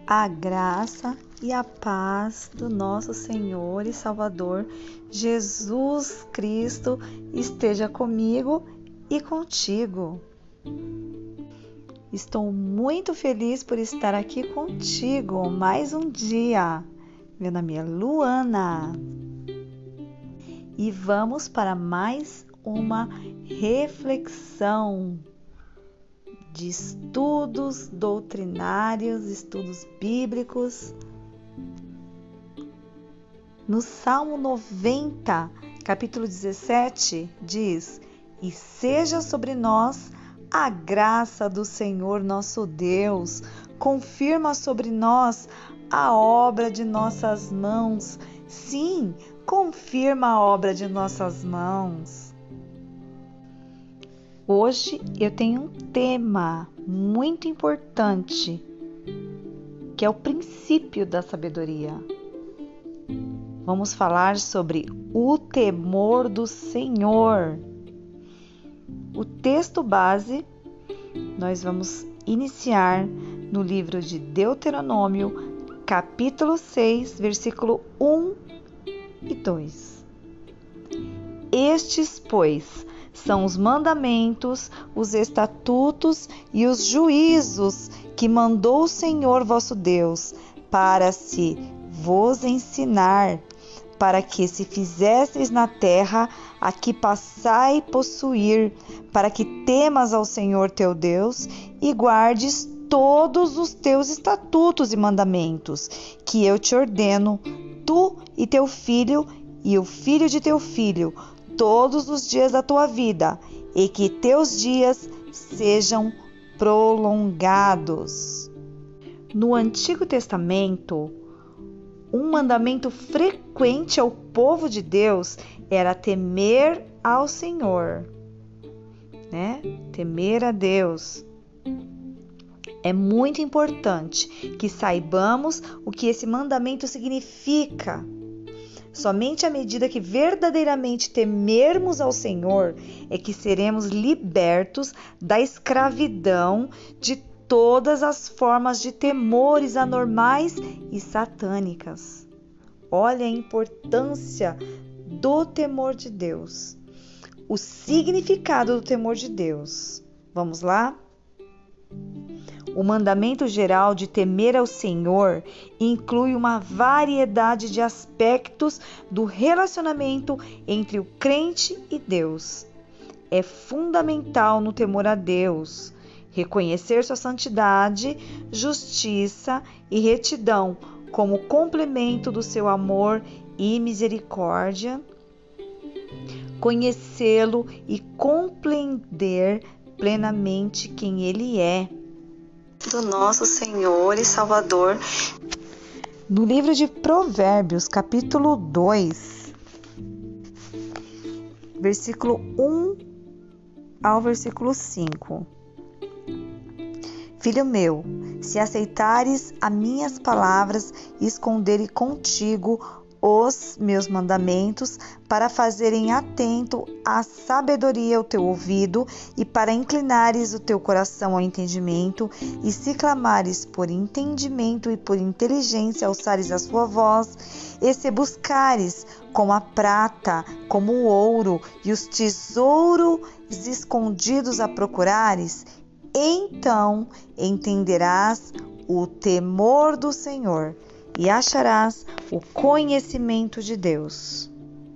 A graça e a paz do nosso Senhor e Salvador Jesus Cristo esteja comigo e contigo. Estou muito feliz por estar aqui contigo mais um dia. Meu nome é Luana e vamos para mais uma reflexão de estudos doutrinários, estudos bíblicos. No Salmo 90, capítulo 17, diz: E seja sobre nós a graça do Senhor nosso Deus, confirma sobre nós a obra de nossas mãos. Sim, confirma a obra de nossas mãos. Hoje eu tenho um tema muito importante, que é o princípio da sabedoria. Vamos falar sobre o temor do Senhor. O texto base nós vamos iniciar no livro de Deuteronômio, capítulo 6, versículo 1 e 2. Estes, pois, são os mandamentos, os estatutos e os juízos que mandou o Senhor vosso Deus, para se vos ensinar, para que se fizesseis na terra a que passai possuir, para que temas ao Senhor teu Deus e guardes todos os teus estatutos e mandamentos, que eu te ordeno, tu e teu filho e o filho de teu filho, todos os dias da tua vida, e que teus dias sejam prolongados. No Antigo Testamento, um mandamento frequente ao povo de Deus era temer ao Senhor, né? Temer a Deus. É muito importante que saibamos o que esse mandamento significa. Somente à medida que verdadeiramente temermos ao Senhor é que seremos libertos da escravidão de todas as formas de temores anormais e satânicas. Olha a importância do temor de Deus. O significado do temor de Deus. Vamos lá? O mandamento geral de temer ao Senhor inclui uma variedade de aspectos do relacionamento entre o crente e Deus. É fundamental no temor a Deus reconhecer sua santidade, justiça e retidão como complemento do seu amor e misericórdia, conhecê-lo e compreender plenamente quem Ele é. Do nosso Senhor e Salvador. No livro de Provérbios, capítulo 2, versículo 1 ao versículo 5. Filho meu, se aceitares as minhas palavras e esconderes contigo os meus mandamentos, para fazerem atento à sabedoria o teu ouvido e para inclinares o teu coração ao entendimento, e se clamares por entendimento e por inteligência alçares a sua voz, e se buscares como a prata, como o ouro e os tesouros escondidos a procurares, então entenderás o temor do Senhor e acharás o conhecimento de Deus.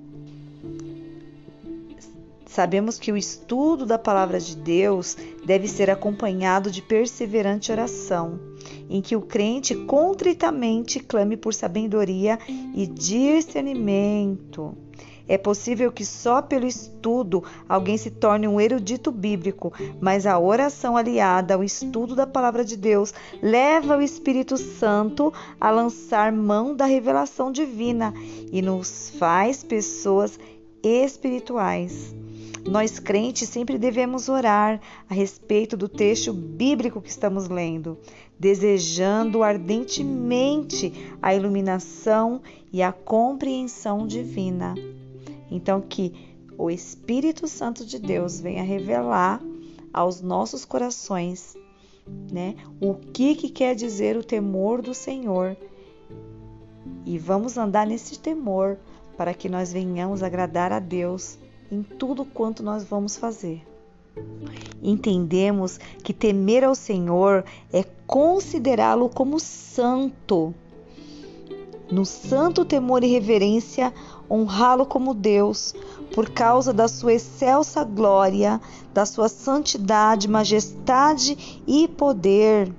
Sabemos que o estudo da palavra de Deus deve ser acompanhado de perseverante oração, em que o crente contritamente clame por sabedoria e discernimento. É possível que só pelo estudo alguém se torne um erudito bíblico, mas a oração aliada ao estudo da palavra de Deus leva o Espírito Santo a lançar mão da revelação divina e nos faz pessoas espirituais. Nós crentes sempre devemos orar a respeito do texto bíblico que estamos lendo, desejando ardentemente a iluminação e a compreensão divina. Então, que o Espírito Santo de Deus venha revelar aos nossos corações né? O que quer dizer o temor do Senhor? E vamos andar nesse temor para que nós venhamos agradar a Deus em tudo quanto nós vamos fazer. Entendemos que temer ao Senhor é considerá-lo como santo. No santo temor e reverência, honrá-lo como Deus, por causa da sua excelsa glória, da sua santidade, majestade e poder.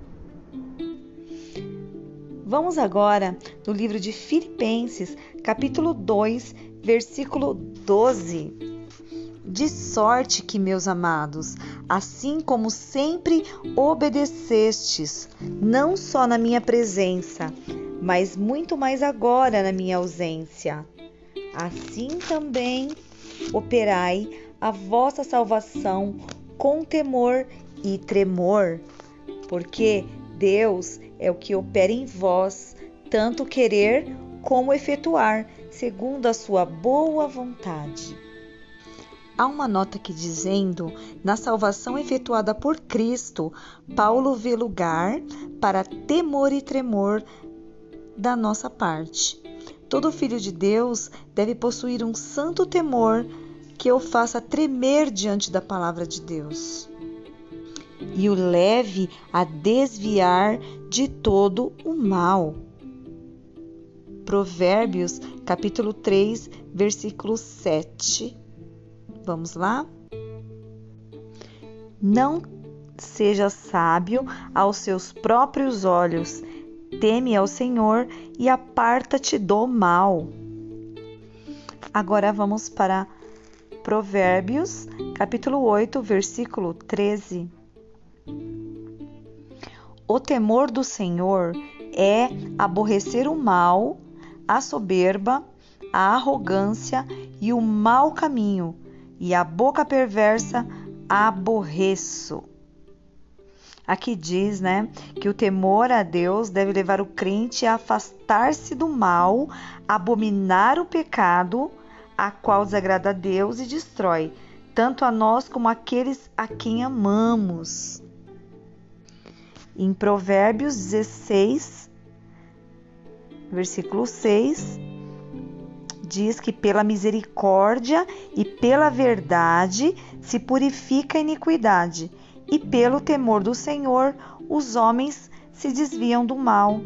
Vamos agora no livro de Filipenses, capítulo 2, versículo 12. De sorte que, meus amados, assim como sempre obedecestes, não só na minha presença, mas muito mais agora na minha ausência, assim também operai a vossa salvação com temor e tremor, porque Deus é o que opera em vós, tanto querer como efetuar, segundo a sua boa vontade. Há uma nota aqui dizendo, na salvação efetuada por Cristo, Paulo vê lugar para temor e tremor da nossa parte. Todo filho de Deus deve possuir um santo temor que o faça tremer diante da palavra de Deus e o leve a desviar de todo o mal. Provérbios, capítulo 3, versículo 7. Vamos lá? Não seja sábio aos seus próprios olhos, teme ao Senhor e aparta-te do mal. Agora vamos para Provérbios, capítulo 8, versículo 13. O temor do Senhor é aborrecer o mal, a soberba, a arrogância e o mau caminho, e a boca perversa aborreço. Aqui diz, que o temor a Deus deve levar o crente a afastar-se do mal, abominar o pecado, a qual desagrada a Deus e destrói, tanto a nós como aqueles a quem amamos. Em Provérbios 16, versículo 6, diz que pela misericórdia e pela verdade se purifica a iniquidade, e pelo temor do Senhor os homens se desviam do mal.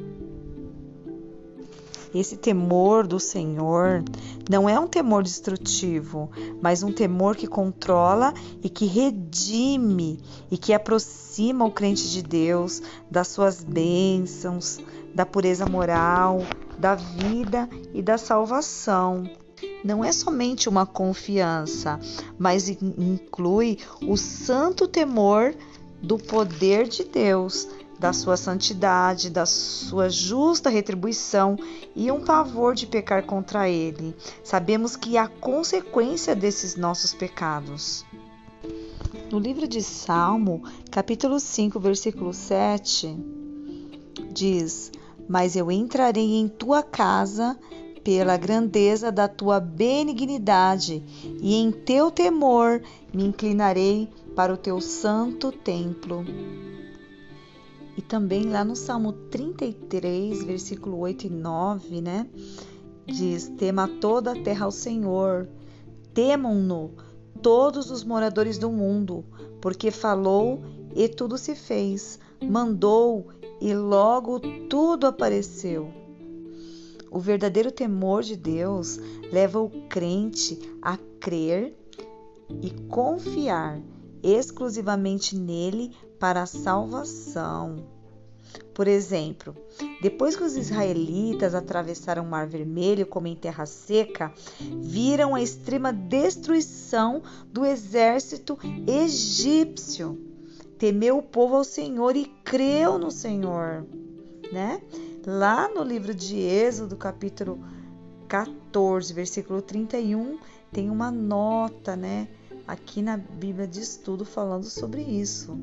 Esse temor do Senhor não é um temor destrutivo, mas um temor que controla e que redime e que aproxima o crente de Deus, das suas bênçãos, da pureza moral, da vida e da salvação. Não é somente uma confiança, mas inclui o santo temor do poder de Deus, da sua santidade, da sua justa retribuição e um pavor de pecar contra Ele. Sabemos que há consequência desses nossos pecados. No livro de Salmo, capítulo 5, versículo 7, diz: Mas eu entrarei em tua casa pela grandeza da tua benignidade, e em teu temor me inclinarei para o teu santo templo. E também lá no Salmo 33, versículo 8 e 9, diz: Tema toda a terra ao Senhor, temam-no todos os moradores do mundo, porque falou e tudo se fez, mandou e logo tudo apareceu. O verdadeiro temor de Deus leva o crente a crer e confiar exclusivamente nele para a salvação. Por exemplo, depois que os israelitas atravessaram o Mar Vermelho como em terra seca, viram a extrema destruição do exército egípcio. Temeu o povo ao Senhor e creu no Senhor, Lá no livro de Êxodo, capítulo 14, versículo 31, tem uma nota, aqui na Bíblia de Estudo falando sobre isso.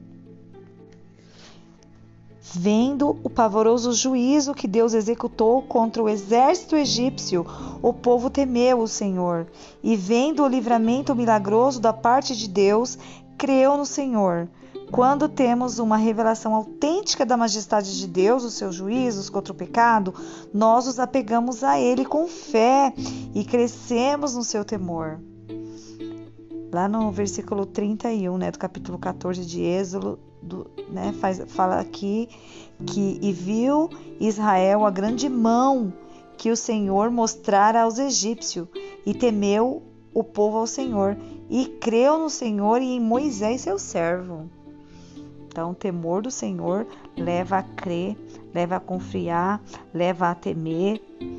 Vendo o pavoroso juízo que Deus executou contra o exército egípcio, o povo temeu o Senhor, e vendo o livramento milagroso da parte de Deus, creu no Senhor. Quando temos uma revelação autêntica da majestade de Deus, os seus juízos contra o pecado, nós nos apegamos a Ele com fé e crescemos no seu temor. Lá no versículo 31, do capítulo 14 de Êxodo, fala aqui que e viu Israel a grande mão que o Senhor mostrara aos egípcios, e temeu o povo ao Senhor, e creu no Senhor e em Moisés seu servo. Então, o temor do Senhor leva a crer, leva a confiar, leva a temer,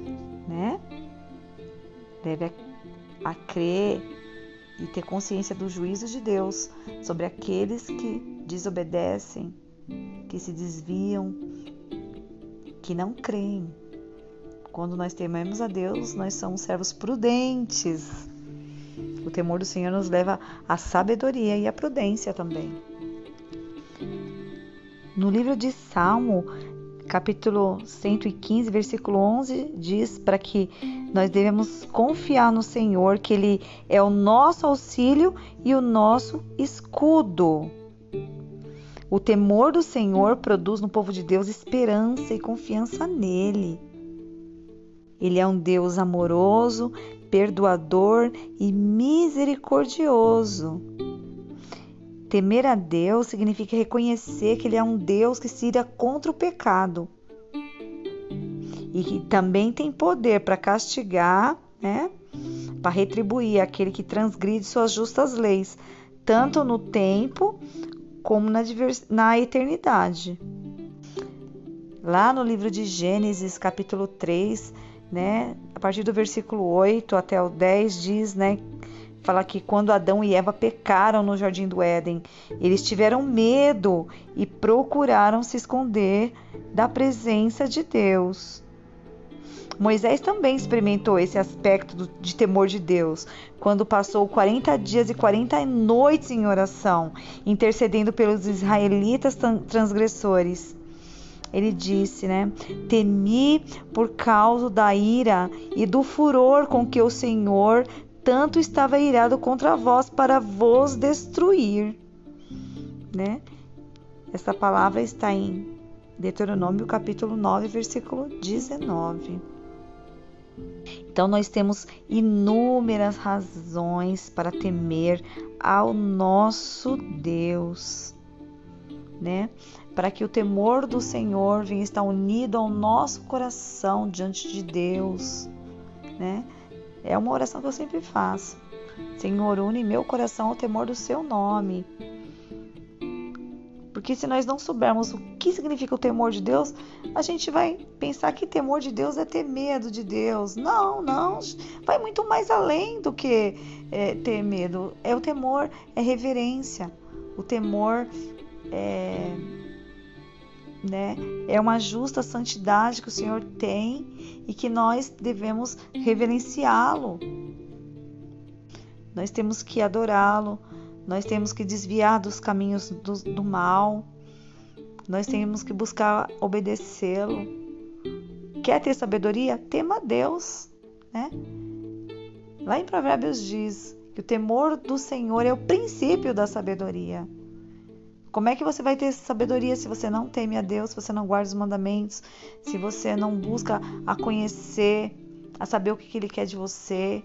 Leva a crer e ter consciência do juízo de Deus sobre aqueles que desobedecem, que se desviam, que não creem. Quando nós tememos a Deus, nós somos servos prudentes. O temor do Senhor nos leva à sabedoria e à prudência também. No livro de Salmo, capítulo 115, versículo 11, diz para que nós devemos confiar no Senhor, que Ele é o nosso auxílio e o nosso escudo. O temor do Senhor produz no povo de Deus esperança e confiança nele. Ele é um Deus amoroso, perdoador e misericordioso. Temer a Deus significa reconhecer que Ele é um Deus que se ira contra o pecado e que também tem poder para castigar, para retribuir aquele que transgride suas justas leis, tanto no tempo como na eternidade. Lá no livro de Gênesis, capítulo 3, a partir do versículo 8 até o 10, diz, fala que quando Adão e Eva pecaram no Jardim do Éden, eles tiveram medo e procuraram se esconder da presença de Deus. Moisés também experimentou esse aspecto de temor de Deus, quando passou 40 dias e 40 noites em oração, intercedendo pelos israelitas transgressores. Ele disse, temi por causa da ira e do furor com que o Senhor tanto estava irado contra vós para vos destruir. Essa palavra está em Deuteronômio capítulo 9, versículo 19. Então nós temos inúmeras razões para temer ao nosso Deus, para que o temor do Senhor venha estar unido ao nosso coração diante de Deus, É uma oração que eu sempre faço. Senhor, une meu coração ao temor do seu nome. Porque se nós não soubermos o que significa o temor de Deus, a gente vai pensar que temor de Deus é ter medo de Deus. Não, vai muito mais além do que ter medo. O temor é reverência. O temor é uma justa santidade que o Senhor tem e que nós devemos reverenciá-lo. Nós temos que adorá-lo, nós temos que desviar dos caminhos do mal, nós temos que buscar obedecê-lo. Quer ter sabedoria? Tema a Deus, Lá em Provérbios diz que o temor do Senhor é o princípio da sabedoria. Como é que você vai ter sabedoria se você não teme a Deus, se você não guarda os mandamentos, se você não busca a conhecer, a saber o que Ele quer de você?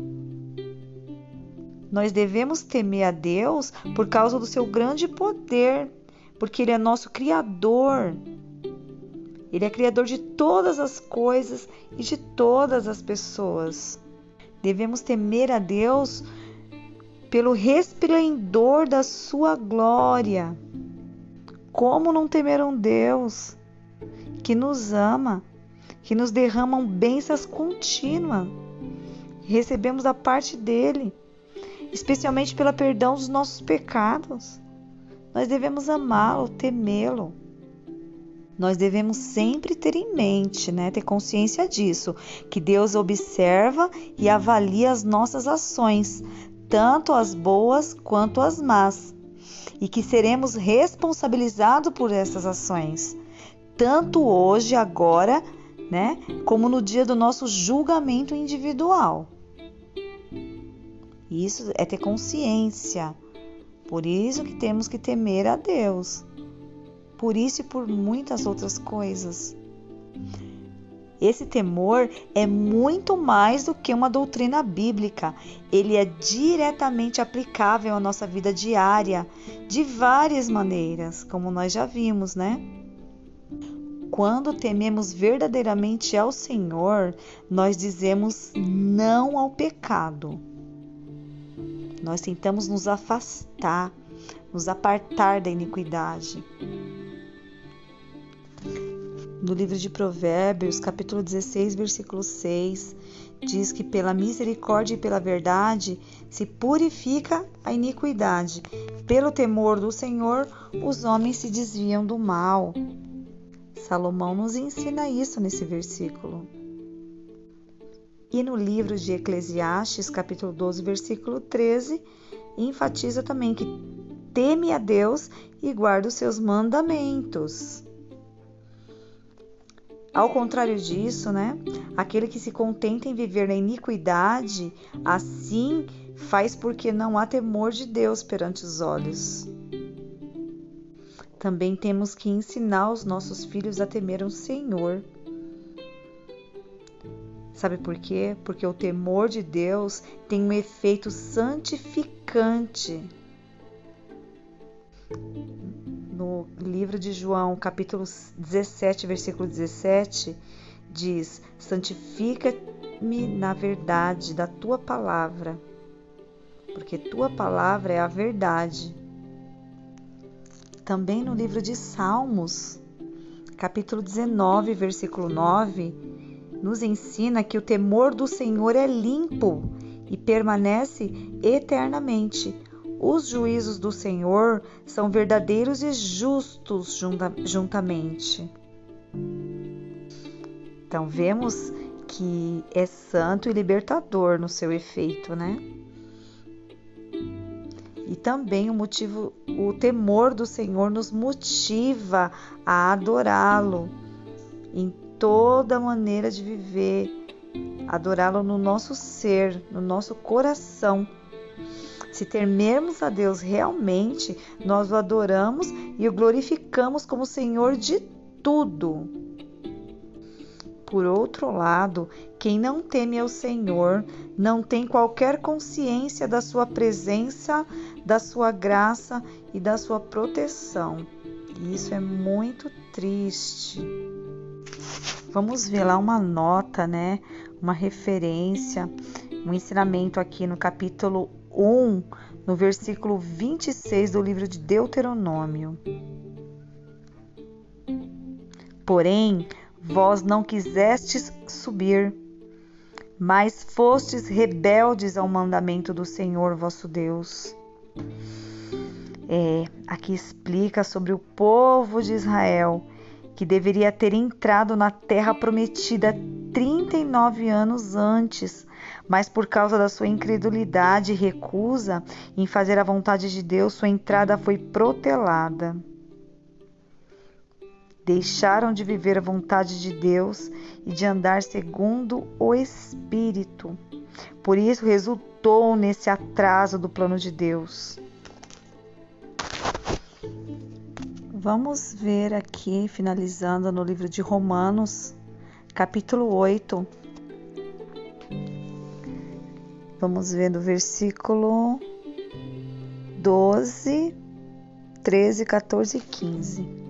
Nós devemos temer a Deus por causa do seu grande poder, porque Ele é nosso Criador. Ele é Criador de todas as coisas e de todas as pessoas. Devemos temer a Deus pelo resplendor da sua glória. Como não temer um Deus que nos ama, que nos derrama bênçãos contínuas? Recebemos da parte dele, especialmente pelo perdão dos nossos pecados. Nós devemos amá-lo, temê-lo. Nós devemos sempre ter em mente, ter consciência disso, que Deus observa e avalia as nossas ações, tanto as boas quanto as más, e que seremos responsabilizados por essas ações, tanto hoje, agora, como no dia do nosso julgamento individual. Isso é ter consciência, Por isso que temos que temer a Deus. Por isso e por muitas outras coisas. Esse temor é muito mais do que uma doutrina bíblica. Ele é diretamente aplicável à nossa vida diária, de várias maneiras, como nós já vimos, né? Quando tememos verdadeiramente ao Senhor, nós dizemos não ao pecado. Nós tentamos nos afastar, nos apartar da iniquidade. No livro de Provérbios, capítulo 16, versículo 6, diz que pela misericórdia e pela verdade se purifica a iniquidade. Pelo temor do Senhor, os homens se desviam do mal. Salomão nos ensina isso nesse versículo. E no livro de Eclesiastes, capítulo 12, versículo 13, enfatiza também que teme a Deus e guarda os seus mandamentos. Ao contrário disso, né? Aquele que se contenta em viver na iniquidade, assim faz porque não há temor de Deus perante os olhos. Também temos que ensinar os nossos filhos a temer o Senhor. Sabe por quê? Porque o temor de Deus tem um efeito santificante. No livro de João, capítulo 17, versículo 17, diz: santifica-me na verdade da tua palavra, porque tua palavra é a verdade. Também no livro de Salmos, capítulo 19, versículo 9, nos ensina que o temor do Senhor é limpo e permanece eternamente. Os juízos do Senhor são verdadeiros e justos juntamente. Então, vemos que é santo e libertador no seu efeito, né? E também o temor do Senhor nos motiva a adorá-lo em toda maneira de viver, adorá-lo no nosso ser, no nosso coração. Se temermos a Deus realmente, nós o adoramos e o glorificamos como Senhor de tudo. Por outro lado, quem não teme ao Senhor não tem qualquer consciência da sua presença, da sua graça e da sua proteção. E isso é muito triste. Vamos ver lá uma nota, né? Uma referência, um ensinamento aqui no capítulo 1, no versículo 26 do livro de Deuteronômio. Porém, vós não quisestes subir, mas fostes rebeldes ao mandamento do Senhor vosso Deus. Aqui explica sobre o povo de Israel, que deveria ter entrado na terra prometida 39 anos antes, mas por causa da sua incredulidade e recusa em fazer a vontade de Deus, sua entrada foi protelada. Deixaram de viver a vontade de Deus e de andar segundo o Espírito. Por isso resultou nesse atraso do plano de Deus. Vamos ver aqui, finalizando no livro de Romanos, capítulo 8. Vamos ver no versículo 12, 13, 14 e 15.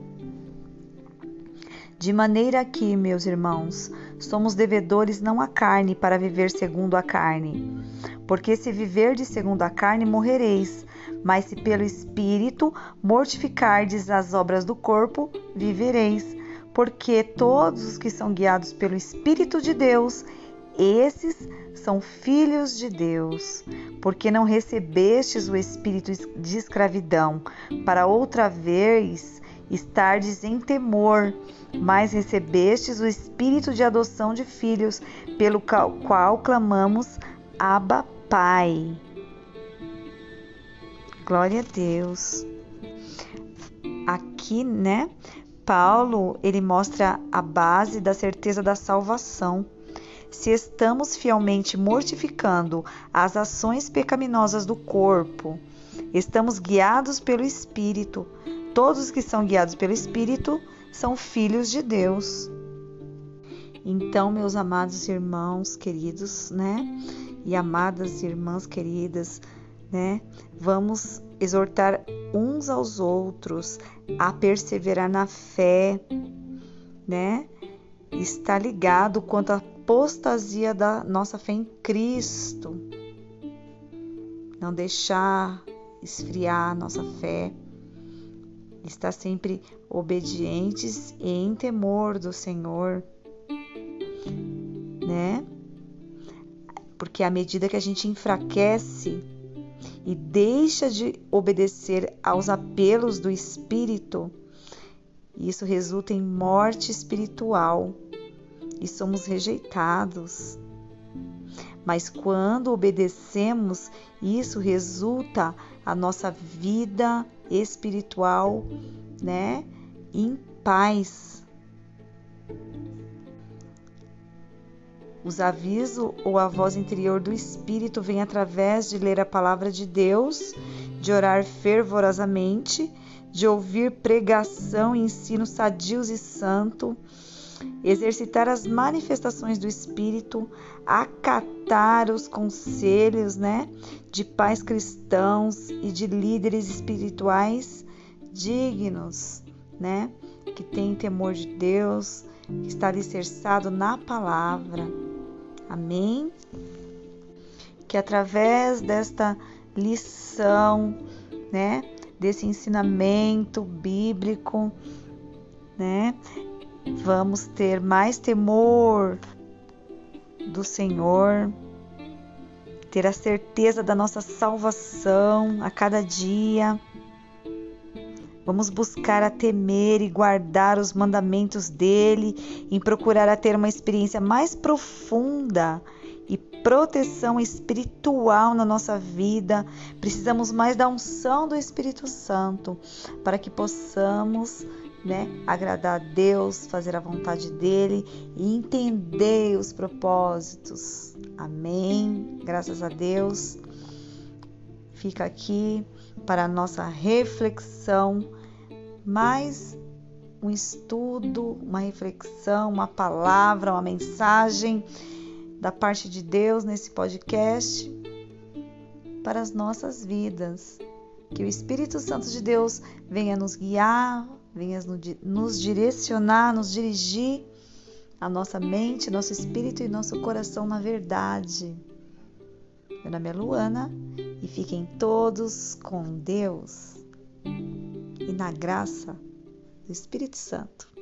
De maneira que, meus irmãos, somos devedores não à carne para viver segundo a carne. Porque se viverdes segundo a carne, morrereis. Mas se pelo Espírito mortificardes as obras do corpo, vivereis. Porque todos os que são guiados pelo Espírito de Deus, esses são filhos de Deus. Porque não recebestes o espírito de escravidão, para outra vez estardes em temor, mas recebestes o espírito de adoção de filhos, pelo qual clamamos, Abba, Pai. Glória a Deus. Aqui, né, Paulo, ele mostra a base da certeza da salvação. Se estamos fielmente mortificando as ações pecaminosas do corpo Estamos guiados pelo Espírito. Todos que são guiados pelo Espírito são filhos de Deus. Então, meus amados irmãos queridos, né? E amadas irmãs queridas, né? Vamos exortar uns aos outros a perseverar na fé, né? Está ligado quanto à apostasia da nossa fé em Cristo. Não deixar esfriar a nossa fé. Estar sempre obedientes e em temor do Senhor, né? Porque à medida que a gente enfraquece e deixa de obedecer aos apelos do Espírito, isso resulta em morte espiritual e somos rejeitados. Mas quando obedecemos, isso resulta a nossa vida espiritual, né, em paz. Os avisos ou a voz interior do Espírito vem através de ler a palavra de Deus, de orar fervorosamente, de ouvir pregação e ensino sadios e santo, exercitar as manifestações do Espírito, acatar os conselhos, né, de pais cristãos e de líderes espirituais dignos, né, que têm temor de Deus, que está alicerçado na palavra. Amém? Que através desta lição, né, desse ensinamento bíblico, né, vamos ter mais temor do Senhor, ter a certeza da nossa salvação a cada dia. Vamos buscar a temer e guardar os mandamentos dele, em procurar a ter uma experiência mais profunda e proteção espiritual na nossa vida. Precisamos mais da unção do Espírito Santo para que possamos, né, agradar a Deus, fazer a vontade dele e entender os propósitos. Amém. Graças a Deus. Fica aqui para a nossa reflexão, mais um estudo, uma reflexão, uma palavra, uma mensagem da parte de Deus nesse podcast para as nossas vidas. Que o Espírito Santo de Deus venha nos guiar, venha nos direcionar, nos dirigir a nossa mente, nosso espírito e nosso coração na verdade. Meu nome é Luana e fiquem todos com Deus e na graça do Espírito Santo.